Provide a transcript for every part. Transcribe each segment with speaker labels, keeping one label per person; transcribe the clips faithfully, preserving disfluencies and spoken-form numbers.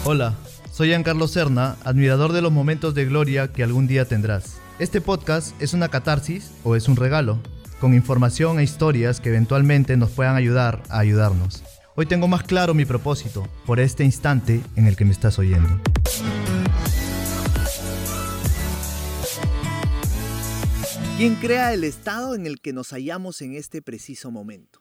Speaker 1: Hola, soy Giancarlo Serna, admirador de los momentos de gloria que algún día tendrás. Este podcast es una catarsis o es un regalo, con información e historias que eventualmente nos puedan ayudar a ayudarnos. Hoy tengo más claro mi propósito por este instante en el que me estás oyendo.
Speaker 2: ¿Quién crea el estado en el que nos hallamos en este preciso momento?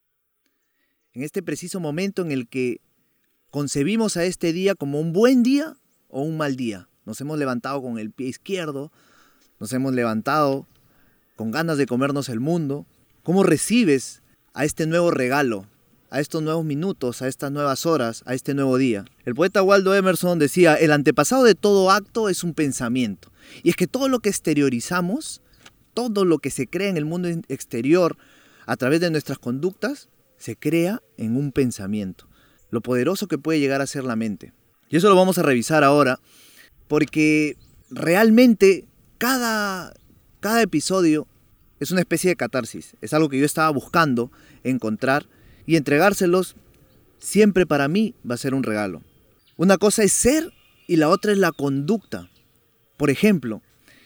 Speaker 2: En este preciso momento en el que concebimos a este día como un buen día o un mal día. Nos hemos levantado con el pie izquierdo, nos hemos levantado con ganas de comernos el mundo. ¿Cómo recibes a este nuevo regalo, a estos nuevos minutos, a estas nuevas horas, a este nuevo día? El poeta Waldo Emerson decía, el antepasado de todo acto es un pensamiento. Y es que todo lo que exteriorizamos, todo lo que se crea en el mundo exterior a través de nuestras conductas, se crea en un pensamiento. Lo poderoso que puede llegar a ser la mente. Y eso lo vamos a revisar ahora, porque realmente cada, cada episodio es una especie de catarsis. Es algo que yo estaba buscando encontrar y entregárselos siempre para mí va a ser un regalo. Una cosa es ser y la otra es la conducta. Por ejemplo,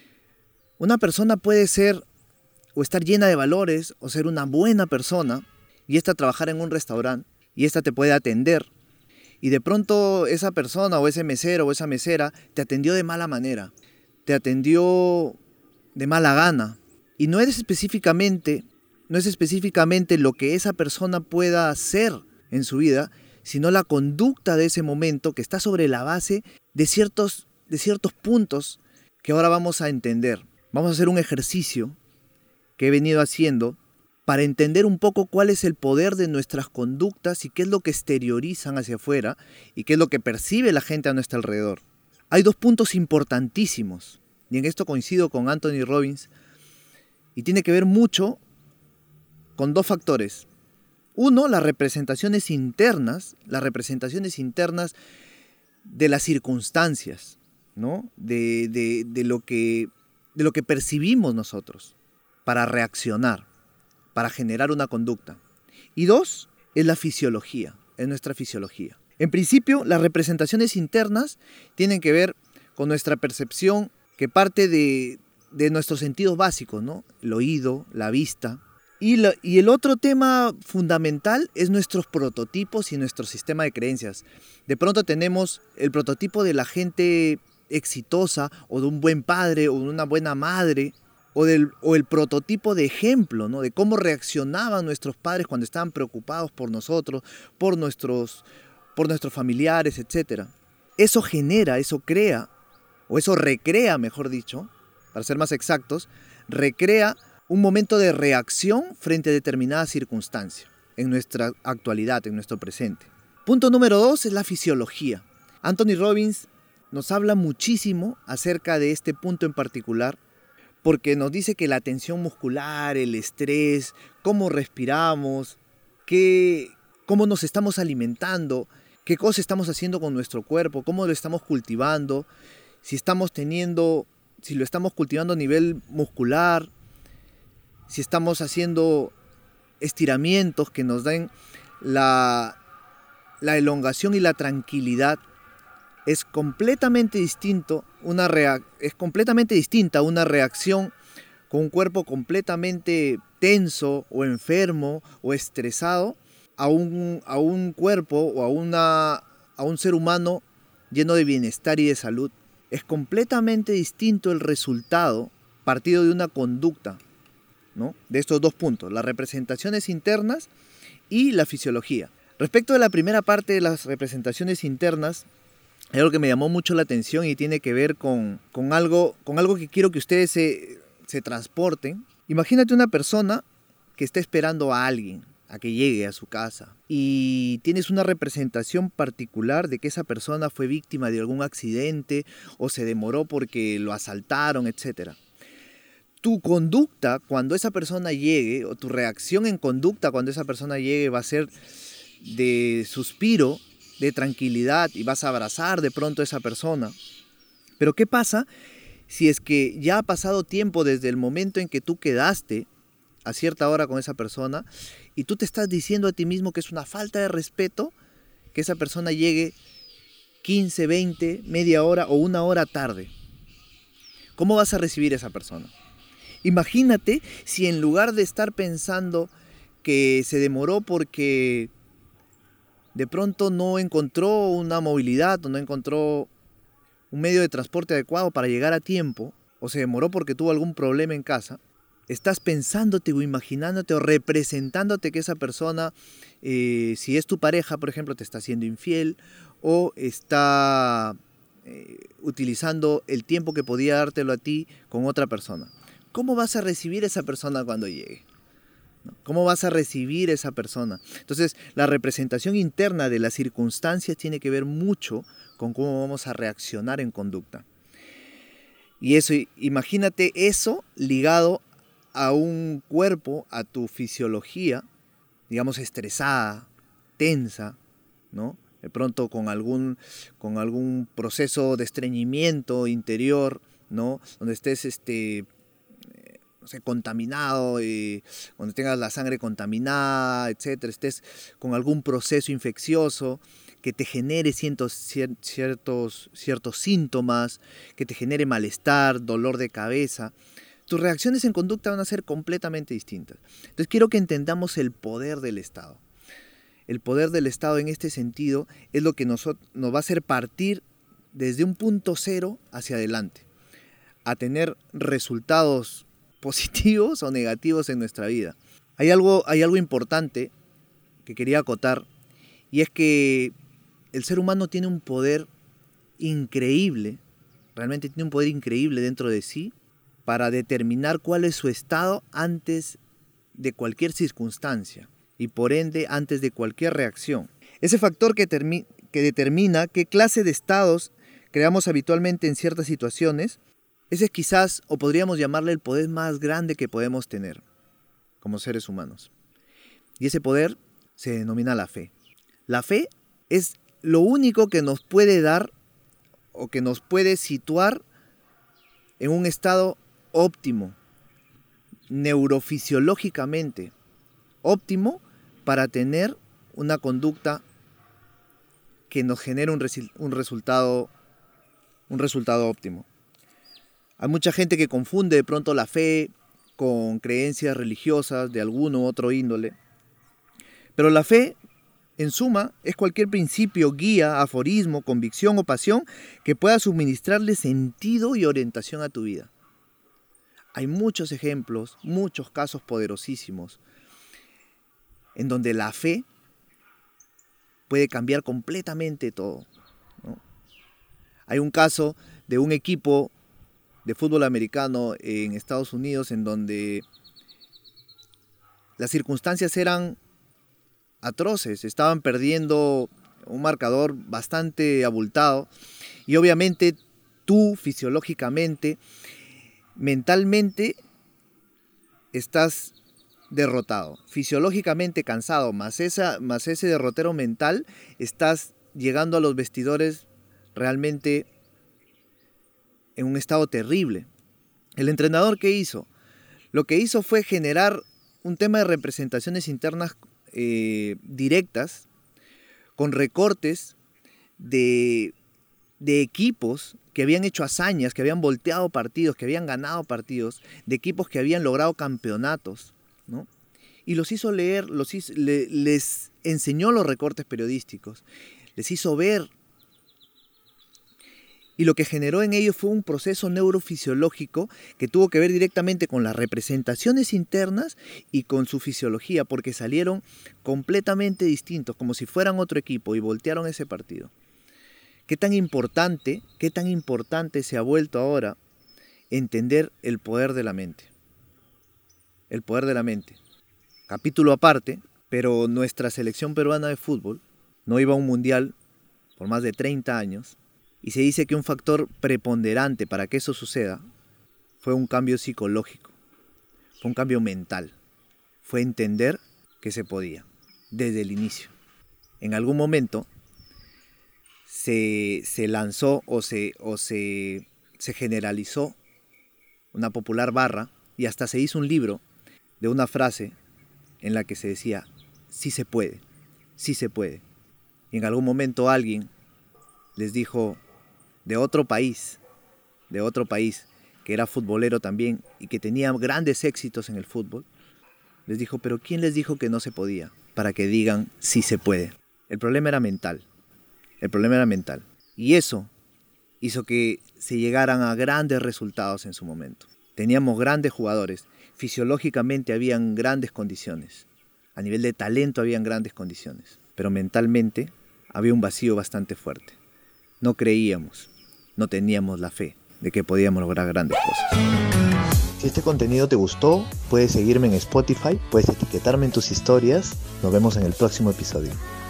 Speaker 2: una persona puede ser o estar llena de valores o ser una buena persona y esta trabajar en un restaurante y esta te puede atender y de pronto esa persona o ese mesero o esa mesera te atendió de mala manera, te atendió de mala gana y no es específicamente, no es específicamente lo que esa persona pueda hacer en su vida, sino la conducta de ese momento que está sobre la base de ciertos, de ciertos puntos que ahora vamos a entender. Vamos a hacer un ejercicio que he venido haciendo para entender un poco cuál es el poder de nuestras conductas y qué es lo que exteriorizan hacia afuera y qué es lo que percibe la gente a nuestro alrededor. Hay dos puntos importantísimos, y en esto coincido con Anthony Robbins, y tiene que ver mucho con dos factores. Uno, las representaciones internas, las representaciones internas de las circunstancias, ¿no? de, de, de, lo que, de lo que percibimos nosotros para reaccionar, para generar una conducta. Y dos, es la fisiología, es nuestra fisiología. En principio, las representaciones internas tienen que ver con nuestra percepción que parte de, de nuestros sentidos básicos, ¿no? El oído, la vista. Y, la, y el otro tema fundamental es nuestros prototipos y nuestro sistema de creencias. De pronto tenemos el prototipo de la gente exitosa o de un buen padre o de una buena madre, O, del, o el prototipo de ejemplo, ¿no? De cómo reaccionaban nuestros padres cuando estaban preocupados por nosotros, por nuestros, por nuestros familiares, etcétera. Eso genera, eso crea, o eso recrea, mejor dicho, para ser más exactos, recrea un momento de reacción frente a determinada circunstancia en nuestra actualidad, en nuestro presente. Punto número dos es la fisiología. Anthony Robbins nos habla muchísimo acerca de este punto en particular, porque nos dice que la tensión muscular, el estrés, cómo respiramos, qué, cómo nos estamos alimentando, qué cosas estamos haciendo con nuestro cuerpo, cómo lo estamos cultivando, si estamos teniendo, si lo estamos cultivando a nivel muscular, si estamos haciendo estiramientos que nos den la, la elongación y la tranquilidad. Es completamente distinto una rea- es completamente distinta una reacción con un cuerpo completamente tenso o enfermo o estresado a un, a un cuerpo o a, una, a un ser humano lleno de bienestar y de salud. Es completamente distinto el resultado partido de una conducta, ¿no? De estos dos puntos, las representaciones internas y la fisiología. Respecto de la primera parte de las representaciones internas, hay algo que me llamó mucho la atención y tiene que ver con, con, algo, con algo que quiero que ustedes se, se transporten. Imagínate una persona que está esperando a alguien, a que llegue a su casa, y tienes una representación particular de que esa persona fue víctima de algún accidente o se demoró porque lo asaltaron, etcétera. Tu conducta cuando esa persona llegue, o tu reacción en conducta cuando esa persona llegue va a ser de suspiro, de tranquilidad, y vas a abrazar de pronto a esa persona. Pero ¿qué pasa si es que ya ha pasado tiempo desde el momento en que tú quedaste a cierta hora con esa persona y tú te estás diciendo a ti mismo que es una falta de respeto que esa persona llegue quince, veinte, media hora o una hora tarde, ¿cómo vas a recibir a esa persona? Imagínate si en lugar de estar pensando que se demoró porque de pronto no encontró una movilidad o no encontró un medio de transporte adecuado para llegar a tiempo, o se demoró porque tuvo algún problema en casa, estás pensándote o imaginándote o representándote que esa persona, eh, si es tu pareja, por ejemplo, te está haciendo infiel o está eh, utilizando el tiempo que podía dártelo a ti con otra persona. ¿Cómo vas a recibir a esa persona cuando llegue? ¿Cómo vas a recibir a esa persona? Entonces, la representación interna de las circunstancias tiene que ver mucho con cómo vamos a reaccionar en conducta. Y eso, imagínate eso ligado a un cuerpo, a tu fisiología, digamos, estresada, tensa, ¿no? De pronto con algún, con algún proceso de estreñimiento interior, ¿no? Donde estés este, no sé, contaminado, eh, donde tengas la sangre contaminada, etcétera, estés con algún proceso infeccioso que te genere ciertos, ciertos, ciertos síntomas, que te genere malestar, dolor de cabeza, tus reacciones en conducta van a ser completamente distintas. Entonces quiero que entendamos el poder del Estado. El poder del Estado en este sentido es lo que nos, nos va a hacer partir desde un punto cero hacia adelante, a tener resultados positivos o negativos en nuestra vida. Hay algo, hay algo importante que quería acotar, y es que el ser humano tiene un poder increíble, realmente tiene un poder increíble dentro de sí para determinar cuál es su estado antes de cualquier circunstancia y por ende antes de cualquier reacción. Ese factor que, termi- que determina qué clase de estados creamos habitualmente en ciertas situaciones, ese es quizás, o podríamos llamarle el poder más grande que podemos tener como seres humanos. Y ese poder se denomina la fe. La fe es lo único que nos puede dar o que nos puede situar en un estado óptimo, neurofisiológicamente óptimo, para tener una conducta que nos genere un, res- un, resultado, un resultado óptimo. Hay mucha gente que confunde de pronto la fe con creencias religiosas de alguno u otro índole, pero la fe, en suma, es cualquier principio, guía, aforismo, convicción o pasión que pueda suministrarle sentido y orientación a tu vida. Hay muchos ejemplos, muchos casos poderosísimos en donde la fe puede cambiar completamente todo, ¿no? Hay un caso de un equipo de fútbol americano en Estados Unidos en donde las circunstancias eran atroces, estaban perdiendo un marcador bastante abultado y obviamente tú fisiológicamente, mentalmente estás derrotado, fisiológicamente cansado, más, esa, más ese derrotero mental, estás llegando a los vestidores realmente en un estado terrible. El entrenador, ¿qué hizo? Lo que hizo fue generar un tema de representaciones internas eh, directas, con recortes de, de equipos que habían hecho hazañas, que habían volteado partidos, que habían ganado partidos, de equipos que habían logrado campeonatos, ¿no? Y los hizo leer, los hizo, le, les enseñó los recortes periodísticos, les hizo ver. Y lo que generó en ellos fue un proceso neurofisiológico que tuvo que ver directamente con las representaciones internas y con su fisiología, porque salieron completamente distintos, como si fueran otro equipo, y voltearon ese partido. ¿Qué tan importante, qué tan importante se ha vuelto ahora entender el poder de la mente? El poder de la mente. Capítulo aparte, pero nuestra selección peruana de fútbol no iba a un mundial por más de treinta años. Y se dice que un factor preponderante para que eso suceda fue un cambio psicológico, fue un cambio mental, fue entender que se podía, desde el inicio. En algún momento se, se lanzó o, se, o se, se generalizó una popular barra y hasta se hizo un libro de una frase en la que se decía, sí se puede, sí se puede. Y en algún momento alguien les dijo de otro país, de otro país, que era futbolero también y que tenía grandes éxitos en el fútbol, les dijo, pero ¿quién les dijo que no se podía? Para que digan, sí se puede. El problema era mental, el problema era mental. Y eso hizo que se llegaran a grandes resultados en su momento. Teníamos grandes jugadores, fisiológicamente habían grandes condiciones, a nivel de talento habían grandes condiciones, pero mentalmente había un vacío bastante fuerte. No creíamos, no teníamos la fe de que podíamos lograr grandes cosas. Si este contenido te gustó, puedes seguirme en Spotify, puedes etiquetarme en tus historias. Nos vemos en el próximo episodio.